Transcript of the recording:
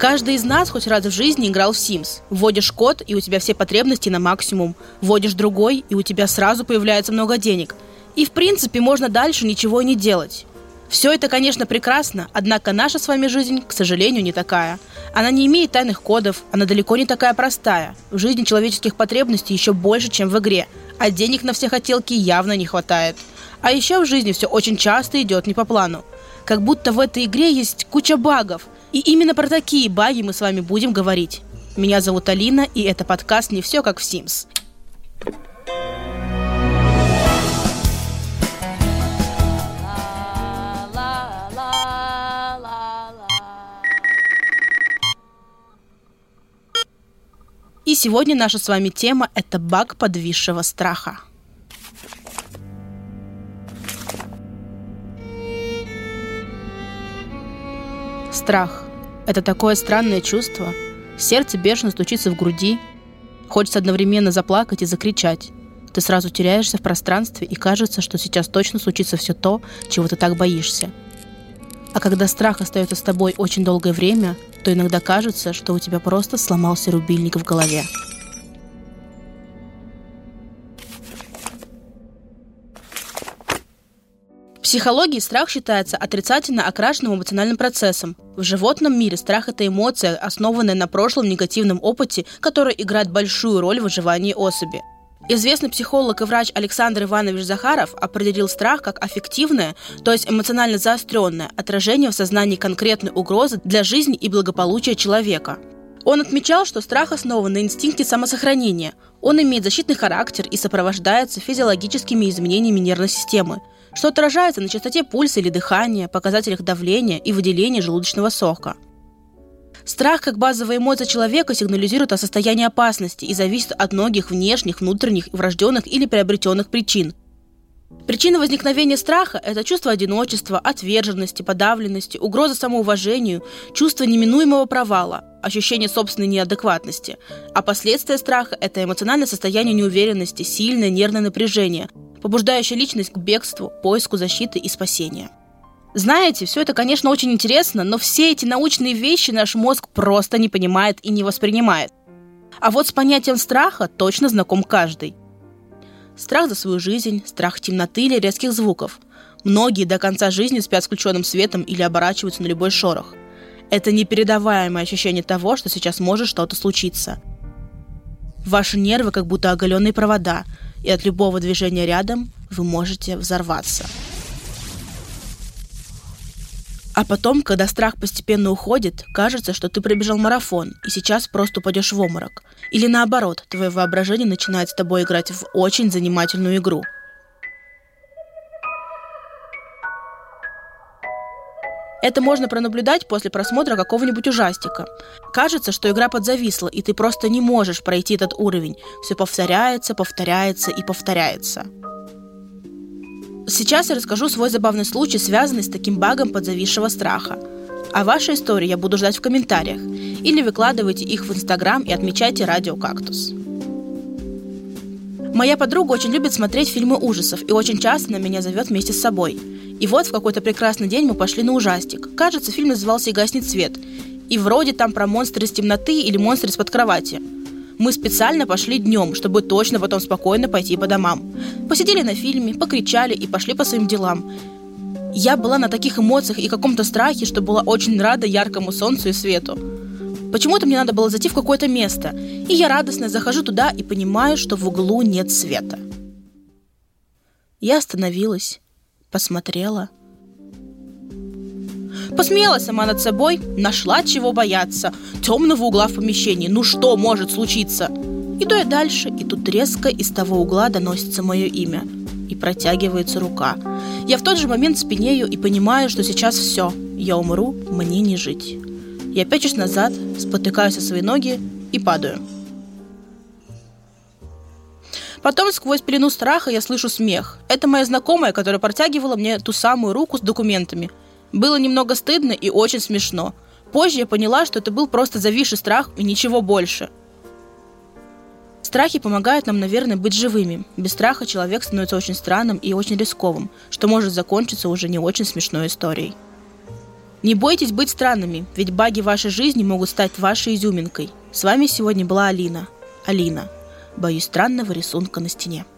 Каждый из нас хоть раз в жизни играл в Sims. Вводишь код, и у тебя все потребности на максимум. Вводишь другой, и у тебя сразу появляется много денег. И в принципе можно дальше ничего и не делать. Все это, конечно, прекрасно, однако наша с вами жизнь, к сожалению, не такая. Она не имеет тайных кодов, она далеко не такая простая. В жизни человеческих потребностей еще больше, чем в игре, а денег на все хотелки явно не хватает. А еще в жизни все очень часто идет не по плану. Как будто в этой игре есть куча багов. И именно про такие баги мы с вами будем говорить. Меня зовут Алина, и это подкаст «Не все как в Sims». И сегодня наша с вами тема – это баг подвисшего страха. Страх – это такое странное чувство. Сердце бешено стучится в груди. Хочется одновременно заплакать и закричать. Ты сразу теряешься в пространстве, и кажется, что сейчас точно случится все то, чего ты так боишься. А когда страх остается с тобой очень долгое время, то иногда кажется, что у тебя просто сломался рубильник в голове. В психологии страх считается отрицательно окрашенным эмоциональным процессом. В животном мире страх – это эмоция, основанная на прошлом негативном опыте, которая играет большую роль в выживании особи. Известный психолог и врач Александр Иванович Захаров определил страх как аффективное, то есть эмоционально заостренное, отражение в сознании конкретной угрозы для жизни и благополучия человека. Он отмечал, что страх основан на инстинкте самосохранения. Он имеет защитный характер и сопровождается физиологическими изменениями нервной системы, что отражается на частоте пульса или дыхания, показателях давления и выделения желудочного сока. Страх как базовая эмоция человека сигнализирует о состоянии опасности и зависит от многих внешних, внутренних, врожденных или приобретенных причин. Причина возникновения страха – это чувство одиночества, отверженности, подавленности, угроза самоуважению, чувство неминуемого провала, ощущение собственной неадекватности. А последствия страха – это эмоциональное состояние неуверенности, сильное нервное напряжение, побуждающее личность к бегству, поиску защиты и спасения. Знаете, все это, конечно, очень интересно, но все эти научные вещи наш мозг просто не понимает и не воспринимает. А вот с понятием страха точно знаком каждый. Страх за свою жизнь, страх темноты или резких звуков. Многие до конца жизни спят с включенным светом или оборачиваются на любой шорох. Это непередаваемое ощущение того, что сейчас может что-то случиться. Ваши нервы как будто оголенные провода, и от любого движения рядом вы можете взорваться. А потом, когда страх постепенно уходит, кажется, что ты пробежал марафон, и сейчас просто упадешь в обморок. Или наоборот, твое воображение начинает с тобой играть в очень занимательную игру. Это можно пронаблюдать после просмотра какого-нибудь ужастика. Кажется, что игра подзависла, и ты просто не можешь пройти этот уровень. Все повторяется, повторяется и повторяется. Сейчас я расскажу свой забавный случай, связанный с таким багом подзависшего страха. А ваши истории я буду ждать в комментариях. Или выкладывайте их в Инстаграм и отмечайте Радио Кактус. Моя подруга очень любит смотреть фильмы ужасов и очень часто на меня зовет вместе с собой. И вот в какой-то прекрасный день мы пошли на ужастик. Кажется, фильм назывался «И гаснет свет». И вроде там про монстры из темноты или монстры из-под кровати. Мы специально пошли днем, чтобы точно потом спокойно пойти по домам. Посидели на фильме, покричали и пошли по своим делам. Я была на таких эмоциях и каком-то страхе, что была очень рада яркому солнцу и свету. Почему-то мне надо было зайти в какое-то место, и я радостно захожу туда и понимаю, что в углу нет света. Я остановилась, посмотрела. Посмеялась сама над собой, нашла чего бояться. Темного угла в помещении, ну что может случиться? Иду я дальше, и тут резко из того угла доносится мое имя. И протягивается рука. Я в тот же момент спинею и понимаю, что сейчас все. Я умру, мне не жить. Я пячусь назад, спотыкаюсь о свои ноги и падаю. Потом сквозь пелену страха я слышу смех. Это моя знакомая, которая протягивала мне ту самую руку с документами. Было немного стыдно и очень смешно. Позже я поняла, что это был просто зависший страх и ничего больше. Страхи помогают нам, наверное, быть живыми. Без страха человек становится очень странным и очень рисковым, что может закончиться уже не очень смешной историей. Не бойтесь быть странными, ведь баги в вашей жизни могут стать вашей изюминкой. С вами сегодня была Алина. Алина. Боюсь странного рисунка на стене.